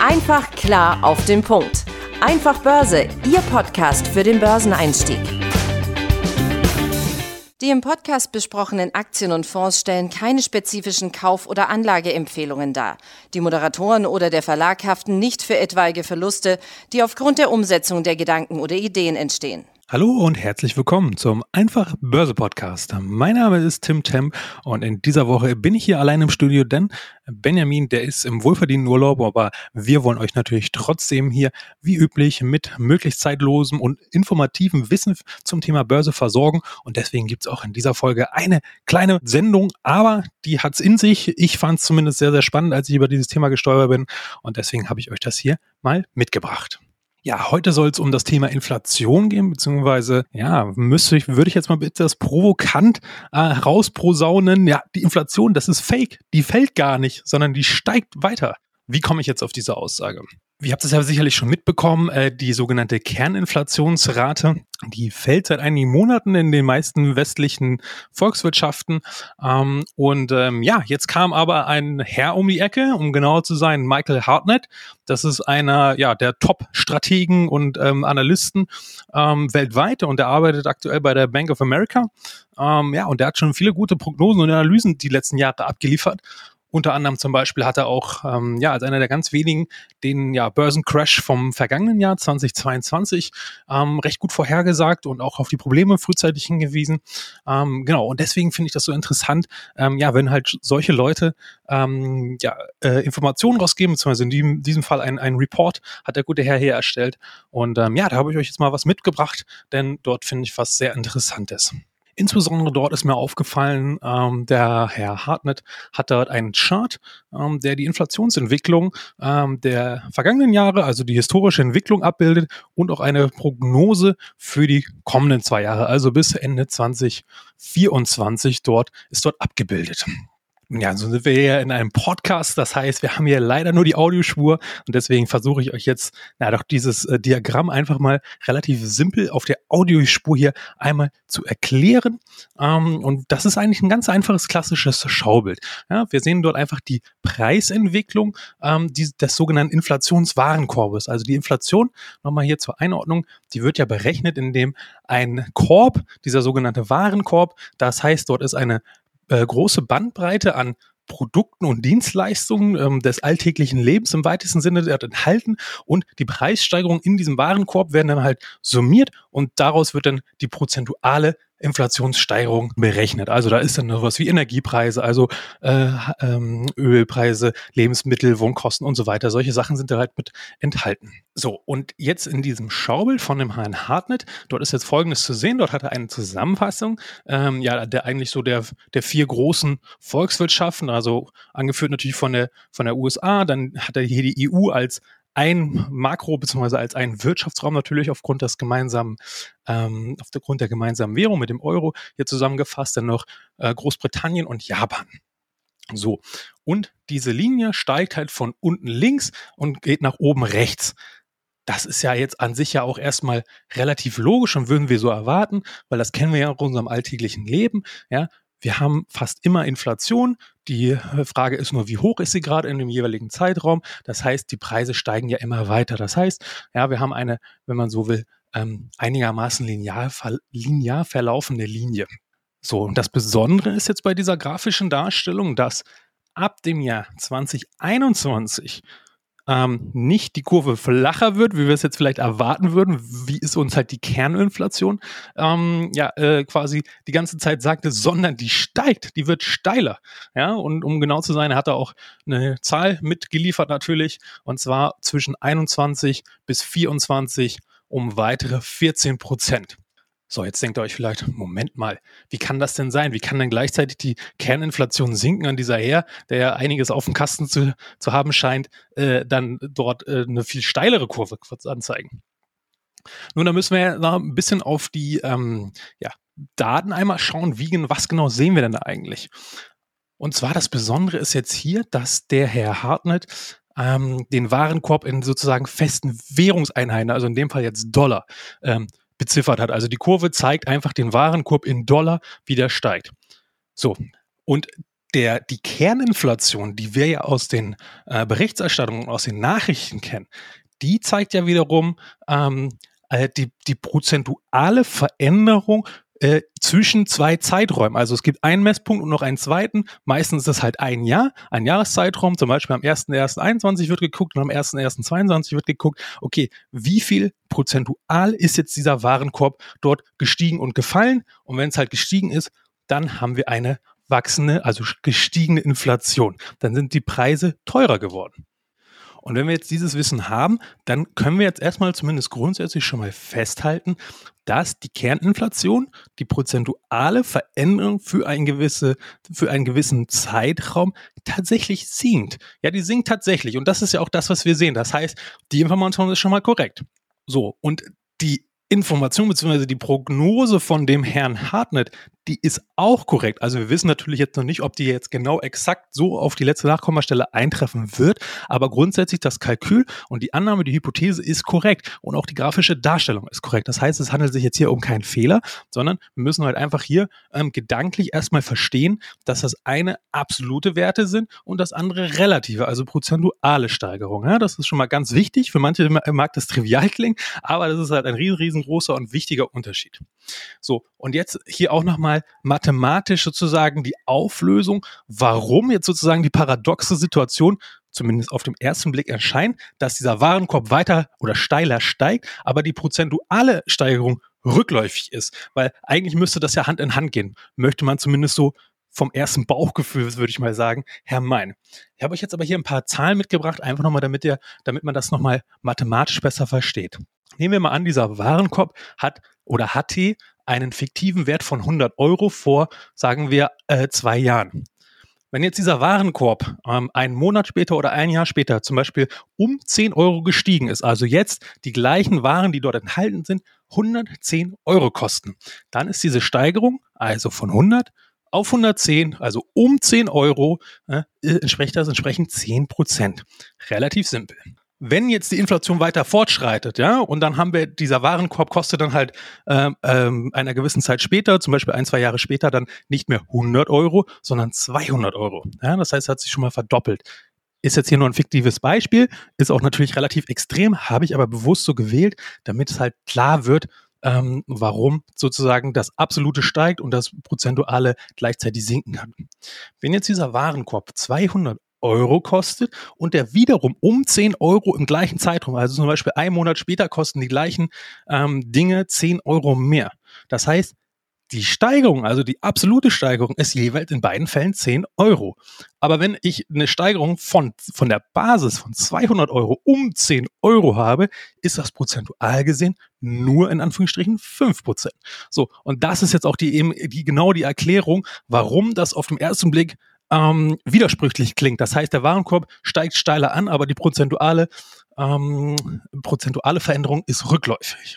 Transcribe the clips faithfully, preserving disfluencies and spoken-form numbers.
Einfach klar auf den Punkt. Einfach Börse, Ihr Podcast für den Börseneinstieg. Die im Podcast besprochenen Aktien und Fonds stellen keine spezifischen Kauf- oder Anlageempfehlungen dar. Die Moderatoren oder der Verlag haften nicht für etwaige Verluste, die aufgrund der Umsetzung der Gedanken oder Ideen entstehen. Hallo und herzlich willkommen zum Einfach Börse Podcast. Mein Name ist Tim Temp und in dieser Woche bin ich hier allein im Studio, denn Benjamin, der ist im wohlverdienten Urlaub, aber wir wollen euch natürlich trotzdem hier wie üblich mit möglichst zeitlosem und informativem Wissen zum Thema Börse versorgen und deswegen gibt es auch in dieser Folge eine kleine Sendung, aber die hat es in sich. Ich fand es zumindest sehr, sehr spannend, als ich über dieses Thema gestolpert bin und deswegen habe ich euch das hier mal mitgebracht. Ja, heute soll es um das Thema Inflation gehen, beziehungsweise, ja, müsste ich, würde ich jetzt mal bitte das provokant äh, herausprosaunen. Ja, die Inflation, das ist fake. Die fällt gar nicht, sondern die steigt weiter. Wie komme ich jetzt auf diese Aussage? Ihr habt es ja sicherlich schon mitbekommen, äh, die sogenannte Kerninflationsrate, die fällt seit einigen Monaten in den meisten westlichen Volkswirtschaften. Ähm, und ähm, ja, jetzt kam aber ein Herr um die Ecke, um genauer zu sein, Michael Hartnett. Das ist einer ja, der Top-Strategen und ähm, Analysten ähm, weltweit und der arbeitet aktuell bei der Bank of America. Ähm, ja, und der hat schon viele gute Prognosen und Analysen die letzten Jahre abgeliefert. Unter anderem zum Beispiel hat er auch ähm, ja als einer der ganz wenigen den ja, Börsencrash vom vergangenen Jahr zweitausendzweiundzwanzig ähm, recht gut vorhergesagt und auch auf die Probleme frühzeitig hingewiesen. Ähm, genau, und deswegen finde ich das so interessant, ähm, ja, wenn halt solche Leute ähm, ja, äh, Informationen rausgeben, beziehungsweise in diesem, diesem Fall ein, ein Report hat der gute Herr hier erstellt. Und ähm, ja, da habe ich euch jetzt mal was mitgebracht, denn dort finde ich was sehr Interessantes. Insbesondere dort ist mir aufgefallen, ähm, der Herr Hartnett hat dort einen Chart, ähm, der die Inflationsentwicklung ähm, der vergangenen Jahre, also die historische Entwicklung abbildet und auch eine Prognose für die kommenden zwei Jahre, also bis Ende zwanzig vierundzwanzig dort ist dort abgebildet. Ja, so sind wir hier in einem Podcast, das heißt, wir haben hier leider nur die Audiospur und deswegen versuche ich euch jetzt, na doch dieses äh, Diagramm einfach mal relativ simpel auf der Audiospur hier einmal zu erklären. Ähm, und das ist eigentlich ein ganz einfaches, klassisches Schaubild. Ja, wir sehen dort einfach die Preisentwicklung ähm, die, des sogenannten Inflationswarenkorbes. Also die Inflation, nochmal hier zur Einordnung, die wird ja berechnet, indem ein Korb, dieser sogenannte Warenkorb, das heißt, dort ist eine Äh, große Bandbreite an Produkten und Dienstleistungen ähm, des alltäglichen Lebens im weitesten Sinne enthalten und die Preissteigerungen in diesem Warenkorb werden dann halt summiert und daraus wird dann die prozentuale Inflationssteigerung berechnet. Also da ist dann noch was wie Energiepreise, also äh, ähm, Ölpreise, Lebensmittel, Wohnkosten und so weiter. Solche Sachen sind da halt mit enthalten. So, und jetzt in diesem Schaubild von dem Herrn Hartnett, dort ist jetzt Folgendes zu sehen. Dort hat er eine Zusammenfassung, ähm, ja, der eigentlich so der, der vier großen Volkswirtschaften, also angeführt natürlich von der, von der U S A, dann hat er hier die E U als ein Makro- bzw. als ein Wirtschaftsraum natürlich aufgrund des gemeinsamen, ähm, aufgrund der gemeinsamen Währung mit dem Euro hier zusammengefasst, dann noch äh, Großbritannien und Japan. So, und diese Linie steigt halt von unten links und geht nach oben rechts. Das ist ja jetzt an sich ja auch erstmal relativ logisch und würden wir so erwarten, weil das kennen wir ja auch in unserem alltäglichen Leben, ja. Wir haben fast immer Inflation. Die Frage ist nur, wie hoch ist sie gerade in dem jeweiligen Zeitraum? Das heißt, die Preise steigen ja immer weiter. Das heißt, ja, wir haben eine, wenn man so will, ähm, einigermaßen linear, linear verlaufende Linie. So, und das Besondere ist jetzt bei dieser grafischen Darstellung, dass ab dem Jahr zwanzig einundzwanzig Ähm, nicht die Kurve flacher wird, wie wir es jetzt vielleicht erwarten würden, wie es uns halt die Kerninflation ähm, ja äh, quasi die ganze Zeit sagte, sondern die steigt, die wird steiler. Ja, und um genau zu sein, hat er auch eine Zahl mitgeliefert natürlich, und zwar zwischen einundzwanzig bis vierundzwanzig um weitere vierzehn Prozent. So, jetzt denkt ihr euch vielleicht, Moment mal, wie kann das denn sein? Wie kann denn gleichzeitig die Kerninflation sinken an dieser Herr, der ja einiges auf dem Kasten zu, zu haben scheint, äh, dann dort äh, eine viel steilere Kurve anzeigen? Nun, da müssen wir ja noch ein bisschen auf die ähm, ja, Daten einmal schauen, wie, was genau sehen wir denn da eigentlich? Und zwar das Besondere ist jetzt hier, dass der Herr Hartnett ähm, den Warenkorb in sozusagen festen Währungseinheiten, also in dem Fall jetzt Dollar, ähm, beziffert hat. Also die Kurve zeigt einfach den Warenkorb in Dollar, wie der steigt. So, und der, die Kerninflation, die wir ja aus den äh, Berichterstattungen, aus den Nachrichten kennen, die zeigt ja wiederum ähm, äh, die, die prozentuale Veränderung äh, zwischen zwei Zeiträumen. Also es gibt einen Messpunkt und noch einen zweiten. Meistens ist das halt ein Jahr, ein Jahreszeitraum. Zum Beispiel am erster erster einundzwanzig wird geguckt und am erster erster zweiundzwanzig wird geguckt, okay, wie viel prozentual ist jetzt dieser Warenkorb dort gestiegen und gefallen? Und wenn es halt gestiegen ist, dann haben wir eine wachsende, also gestiegene Inflation. Dann sind die Preise teurer geworden. Und wenn wir jetzt dieses Wissen haben, dann können wir jetzt erstmal zumindest grundsätzlich schon mal festhalten, dass die Kerninflation, die prozentuale Veränderung für, ein gewisse, für einen gewissen Zeitraum tatsächlich sinkt. Ja, die sinkt tatsächlich. Und das ist ja auch das, was wir sehen. Das heißt, die Information ist schon mal korrekt. So, und die Information bzw. die Prognose von dem Herrn Hartnett, die ist auch korrekt. Also wir wissen natürlich jetzt noch nicht, ob die jetzt genau exakt so auf die letzte Nachkommastelle eintreffen wird, aber grundsätzlich das Kalkül und die Annahme, die Hypothese ist korrekt und auch die grafische Darstellung ist korrekt. Das heißt, es handelt sich jetzt hier um keinen Fehler, sondern wir müssen halt einfach hier ähm, gedanklich erstmal verstehen, dass das eine absolute Werte sind und das andere relative, also prozentuale Steigerung. Ja, das ist schon mal ganz wichtig. Für manche mag das trivial klingen, aber das ist halt ein riesen, riesengroßer und wichtiger Unterschied. So, und jetzt hier auch nochmal mathematisch sozusagen die Auflösung, warum jetzt sozusagen die paradoxe Situation zumindest auf den ersten Blick erscheint, dass dieser Warenkorb weiter oder steiler steigt, aber die prozentuale Steigerung rückläufig ist. Weil eigentlich müsste das ja Hand in Hand gehen, möchte man zumindest so vom ersten Bauchgefühl, würde ich mal sagen, hermeinen. Ich habe euch jetzt aber hier ein paar Zahlen mitgebracht, einfach nochmal, damit ihr, damit man das nochmal mathematisch besser versteht. Nehmen wir mal an, dieser Warenkorb hat oder hatte einen fiktiven Wert von hundert Euro vor, sagen wir, äh, zwei Jahren. Wenn jetzt dieser Warenkorb ähm, einen Monat später oder ein Jahr später zum Beispiel um zehn Euro gestiegen ist, also jetzt die gleichen Waren, die dort enthalten sind, hundertzehn Euro kosten, dann ist diese Steigerung also von hundert auf hundertzehn, also um zehn Euro, äh, entspricht das entsprechend zehn Prozent. Relativ simpel. Wenn jetzt die Inflation weiter fortschreitet, ja, und dann haben wir, dieser Warenkorb kostet dann halt ähm, ähm, einer gewissen Zeit später, zum Beispiel ein, zwei Jahre später, dann nicht mehr hundert Euro, sondern zweihundert Euro. Ja, das heißt, es hat sich schon mal verdoppelt. Ist jetzt hier nur ein fiktives Beispiel, ist auch natürlich relativ extrem, habe ich aber bewusst so gewählt, damit es halt klar wird, ähm, warum sozusagen das Absolute steigt und das Prozentuale gleichzeitig sinken kann. Wenn jetzt dieser Warenkorb zweihundert Euro kostet und der wiederum um zehn Euro im gleichen Zeitraum, also zum Beispiel einen Monat später kosten die gleichen ähm, Dinge zehn Euro mehr. Das heißt, die Steigerung, also die absolute Steigerung ist jeweils in beiden Fällen zehn Euro. Aber wenn ich eine Steigerung von, von der Basis von zweihundert Euro um zehn Euro habe, ist das prozentual gesehen nur in Anführungsstrichen fünf Prozent. So, und das ist jetzt auch die, eben die, genau die Erklärung, warum das auf den ersten Blick Ähm, widersprüchlich klingt. Das heißt, der Warenkorb steigt steiler an, aber die prozentuale, ähm, prozentuale Veränderung ist rückläufig.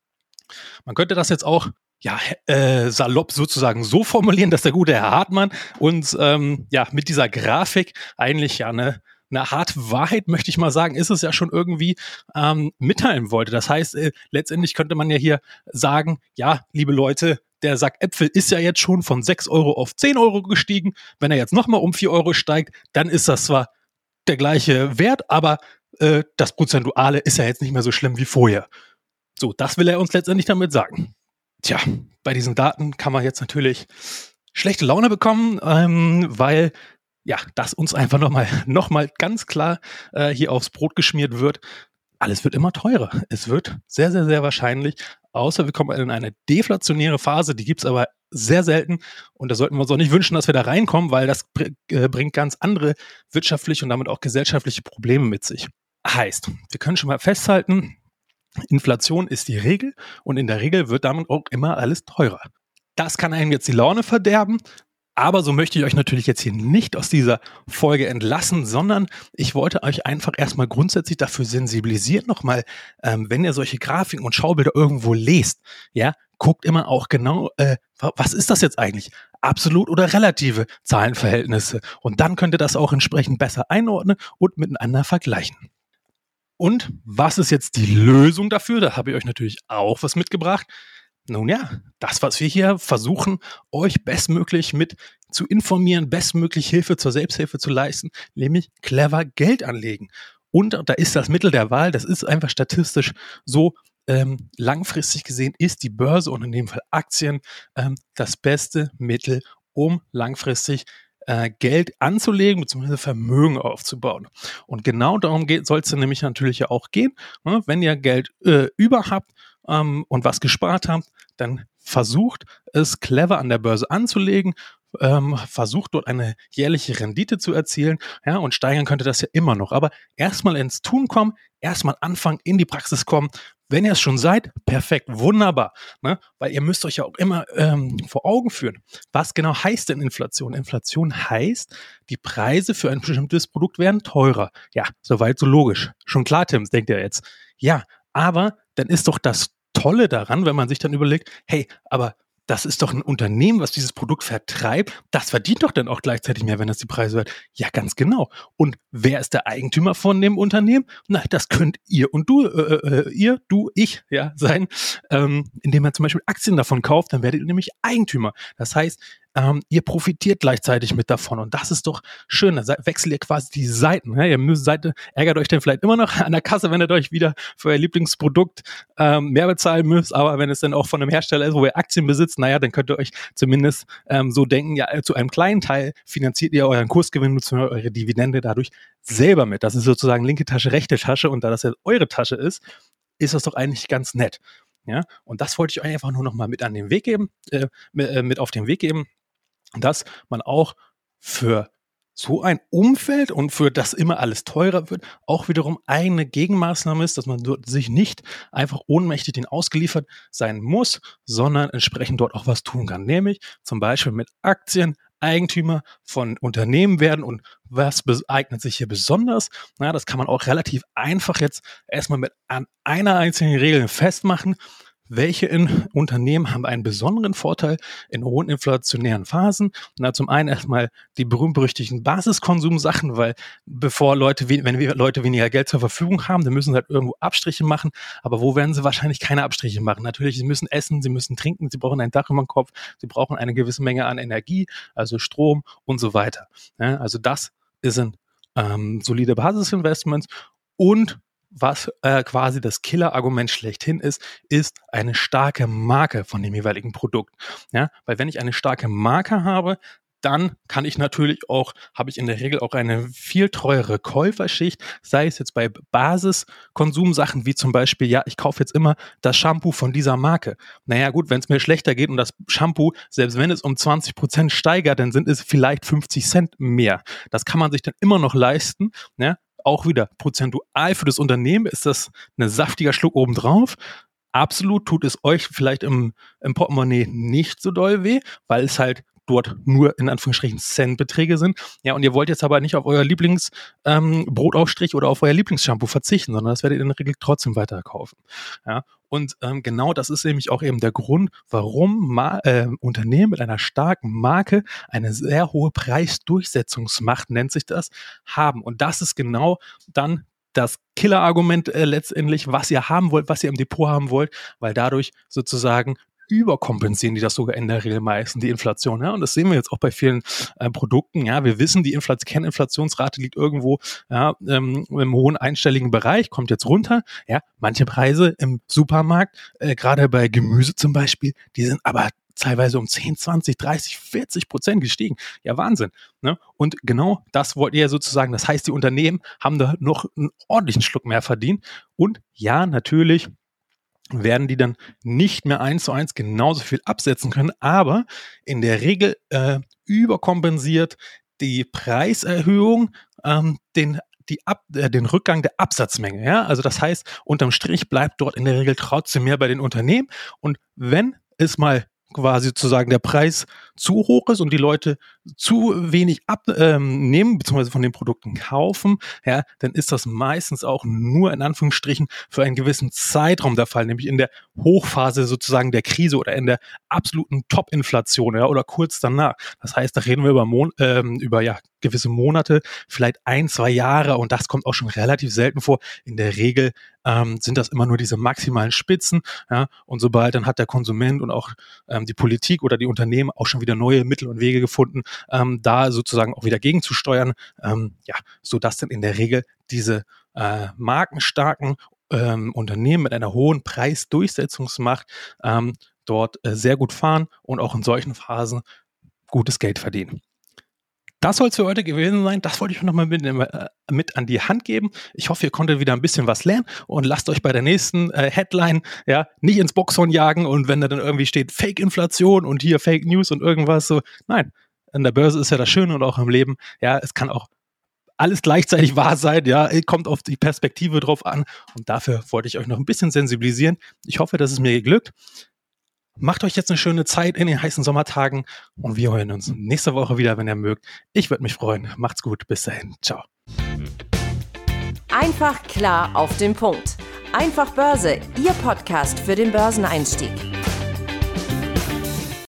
Man könnte das jetzt auch ja, äh, salopp sozusagen so formulieren, dass der gute Herr Hartmann uns ähm, ja, mit dieser Grafik eigentlich ja eine, eine harte Wahrheit, möchte ich mal sagen, ist es ja schon irgendwie ähm, mitteilen wollte. Das heißt, äh, letztendlich könnte man ja hier sagen, ja, liebe Leute, der Sack Äpfel ist ja jetzt schon von sechs Euro auf zehn Euro gestiegen. Wenn er jetzt nochmal um vier Euro steigt, dann ist das zwar der gleiche Wert, aber äh, das Prozentuale ist ja jetzt nicht mehr so schlimm wie vorher. So, das will er uns letztendlich damit sagen. Tja, bei diesen Daten kann man jetzt natürlich schlechte Laune bekommen, ähm, weil ja, das uns einfach nochmal noch mal ganz klar äh, hier aufs Brot geschmiert wird. Alles wird immer teurer. Es wird sehr, sehr, sehr wahrscheinlich, außer wir kommen in eine deflationäre Phase, die gibt es aber sehr selten und da sollten wir uns auch nicht wünschen, dass wir da reinkommen, weil das br- äh, bringt ganz andere wirtschaftliche und damit auch gesellschaftliche Probleme mit sich. Heißt, wir können schon mal festhalten, Inflation ist die Regel und in der Regel wird damit auch immer alles teurer. Das kann einem jetzt die Laune verderben, aber so möchte ich euch natürlich jetzt hier nicht aus dieser Folge entlassen, sondern ich wollte euch einfach erstmal grundsätzlich dafür sensibilisieren, nochmal, ähm, wenn ihr solche Grafiken und Schaubilder irgendwo lest, ja, guckt immer auch genau, äh, was ist das jetzt eigentlich? Absolut oder relative Zahlenverhältnisse. Und dann könnt ihr das auch entsprechend besser einordnen und miteinander vergleichen. Und was ist jetzt die Lösung dafür? Da habe ich euch natürlich auch was mitgebracht. Nun ja, das, was wir hier versuchen, euch bestmöglich mit zu informieren, bestmöglich Hilfe zur Selbsthilfe zu leisten, nämlich clever Geld anlegen. Und da ist das Mittel der Wahl, das ist einfach statistisch so, ähm, langfristig gesehen ist die Börse und in dem Fall Aktien ähm, das beste Mittel, um langfristig äh, Geld anzulegen bzw. Vermögen aufzubauen. Und genau darum soll es nämlich natürlich ja auch gehen. Ne? Wenn ihr Geld äh, über habt ähm, und was gespart habt, dann versucht es clever an der Börse anzulegen, ähm, versucht dort eine jährliche Rendite zu erzielen, ja, und steigern könnte das ja immer noch. Aber erstmal ins Tun kommen, erstmal anfangen, in die Praxis kommen. Wenn ihr es schon seid, perfekt, wunderbar, ne? Weil ihr müsst euch ja auch immer ähm, vor Augen führen, was genau heißt denn Inflation? Inflation heißt, die Preise für ein bestimmtes Produkt werden teurer. Ja, soweit so logisch. Schon klar, Tim, denkt ihr jetzt. Ja, aber dann ist doch das Tolle daran, wenn man sich dann überlegt, hey, aber das ist doch ein Unternehmen, was dieses Produkt vertreibt. Das verdient doch dann auch gleichzeitig mehr, wenn das die Preise wird. Ja, ganz genau. Und wer ist der Eigentümer von dem Unternehmen? Na, das könnt ihr und du, äh, ihr, du, ich, ja, sein. Ähm, indem ihr zum Beispiel Aktien davon kauft, dann werdet ihr nämlich Eigentümer. Das heißt, ähm, ihr profitiert gleichzeitig mit davon. Und das ist doch schön. Da wechselt ihr quasi die Seiten. Ja? Ihr müsst Seite, ärgert euch dann vielleicht immer noch an der Kasse, wenn ihr euch wieder für euer Lieblingsprodukt ähm, mehr bezahlen müsst. Aber wenn es dann auch von einem Hersteller ist, wo ihr Aktien besitzt, naja, dann könnt ihr euch zumindest ähm, so denken, ja, zu einem kleinen Teil finanziert ihr euren Kursgewinn bzw. eure Dividende dadurch selber mit. Das ist sozusagen linke Tasche, rechte Tasche. Und da das ja eure Tasche ist, ist das doch eigentlich ganz nett. Ja? Und das wollte ich euch einfach nur noch mal mit an den Weg geben, äh, mit auf den Weg geben, dass man auch für so ein Umfeld und für das immer alles teurer wird, auch wiederum eine Gegenmaßnahme ist, dass man dort sich nicht einfach ohnmächtig den ausgeliefert sein muss, sondern entsprechend dort auch was tun kann. Nämlich zum Beispiel mit Aktien Eigentümer von Unternehmen werden. Und was eignet sich hier besonders? Na, das kann man auch relativ einfach jetzt erstmal mit an einer einzigen Regel festmachen. Welche in Unternehmen haben einen besonderen Vorteil in hohen inflationären Phasen? Na, zum einen erstmal die berühmt-berüchtigten Basiskonsumsachen, weil bevor Leute, wenn wir Leute weniger Geld zur Verfügung haben, dann müssen sie halt irgendwo Abstriche machen. Aber wo werden sie wahrscheinlich keine Abstriche machen? Natürlich, sie müssen essen, sie müssen trinken, sie brauchen ein Dach über dem Kopf, sie brauchen eine gewisse Menge an Energie, also Strom und so weiter. Ja, also das sind ähm, solide Basisinvestments. Und was äh, quasi das Killer-Argument schlechthin ist, ist eine starke Marke von dem jeweiligen Produkt. Ja, weil wenn ich eine starke Marke habe, dann kann ich natürlich auch, habe ich in der Regel auch eine viel teurere Käuferschicht, sei es jetzt bei Basiskonsumsachen wie zum Beispiel, ja, ich kaufe jetzt immer das Shampoo von dieser Marke. Naja gut, wenn es mir schlechter geht und das Shampoo, selbst wenn es um zwanzig Prozent steigert, dann sind es vielleicht fünfzig Cent mehr. Das kann man sich dann immer noch leisten, ne? Auch wieder prozentual für das Unternehmen ist das ein saftiger Schluck obendrauf. Absolut tut es euch vielleicht im, im Portemonnaie nicht so doll weh, weil es halt dort nur in Anführungsstrichen Centbeträge sind. Ja, und ihr wollt jetzt aber nicht auf euer Lieblingsbrotaufstrich ähm, oder auf euer Lieblingsshampoo verzichten, sondern das werdet ihr in der Regel trotzdem weiter kaufen. Ja, und ähm, genau das ist nämlich auch eben der Grund, warum Ma- äh, Unternehmen mit einer starken Marke eine sehr hohe Preisdurchsetzungsmacht, nennt sich das, haben. Und das ist genau dann das Killer-Argument äh, letztendlich, was ihr haben wollt, was ihr im Depot haben wollt, weil dadurch sozusagen überkompensieren die das sogar in der Regel meistens, die Inflation. Ja? Und das sehen wir jetzt auch bei vielen äh, Produkten. Ja, wir wissen, die Infl- Kerninflationsrate liegt irgendwo ja, ähm, im hohen einstelligen Bereich, kommt jetzt runter. Ja, manche Preise im Supermarkt, äh, gerade bei Gemüse zum Beispiel, die sind aber teilweise um zehn, zwanzig, dreißig, vierzig Prozent gestiegen. Ja, Wahnsinn. Ne? Und genau das wollt ihr sozusagen. Das heißt, die Unternehmen haben da noch einen ordentlichen Schluck mehr verdient. Und ja, natürlich werden die dann nicht mehr eins zu eins genauso viel absetzen können, aber in der Regel äh, überkompensiert die Preiserhöhung ähm, den, die Ab, äh, den Rückgang der Absatzmenge. Ja? Also das heißt, unterm Strich bleibt dort in der Regel trotzdem mehr bei den Unternehmen. Und wenn es mal quasi sozusagen der Preis zu hoch ist und die Leute zu wenig abnehmen, ähm, beziehungsweise von den Produkten kaufen, ja, dann ist das meistens auch nur in Anführungsstrichen für einen gewissen Zeitraum der Fall, nämlich in der Hochphase sozusagen der Krise oder in der absoluten Top-Inflation, ja, oder kurz danach. Das heißt, da reden wir über, Mon- ähm, über ja, gewisse Monate, vielleicht ein, zwei Jahre, und das kommt auch schon relativ selten vor. In der Regel ähm, sind das immer nur diese maximalen Spitzen, ja, und sobald dann hat der Konsument und auch ähm, die Politik oder die Unternehmen auch schon wieder neue Mittel und Wege gefunden, ähm, da sozusagen auch wieder gegenzusteuern, ähm, ja, sodass dann in der Regel diese äh, markenstarken ähm, Unternehmen mit einer hohen Preisdurchsetzungsmacht ähm, dort äh, sehr gut fahren und auch in solchen Phasen gutes Geld verdienen. Das soll es für heute gewesen sein. Das wollte ich euch nochmal mit, äh, mit an die Hand geben. Ich hoffe, ihr konntet wieder ein bisschen was lernen und lasst euch bei der nächsten äh, Headline ja nicht ins Boxhorn jagen, und wenn da dann irgendwie steht Fake-Inflation und hier Fake News und irgendwas so. Nein, an der Börse ist ja das Schöne und auch im Leben, ja, es kann auch alles gleichzeitig wahr sein, ja, kommt auf die Perspektive drauf an, und dafür wollte ich euch noch ein bisschen sensibilisieren. Ich hoffe, das ist mir geglückt. Macht euch jetzt eine schöne Zeit in den heißen Sommertagen, und wir hören uns nächste Woche wieder, wenn ihr mögt. Ich würde mich freuen. Macht's gut. Bis dahin. Ciao. Einfach klar auf den Punkt. Einfach Börse, Ihr Podcast für den Börseneinstieg.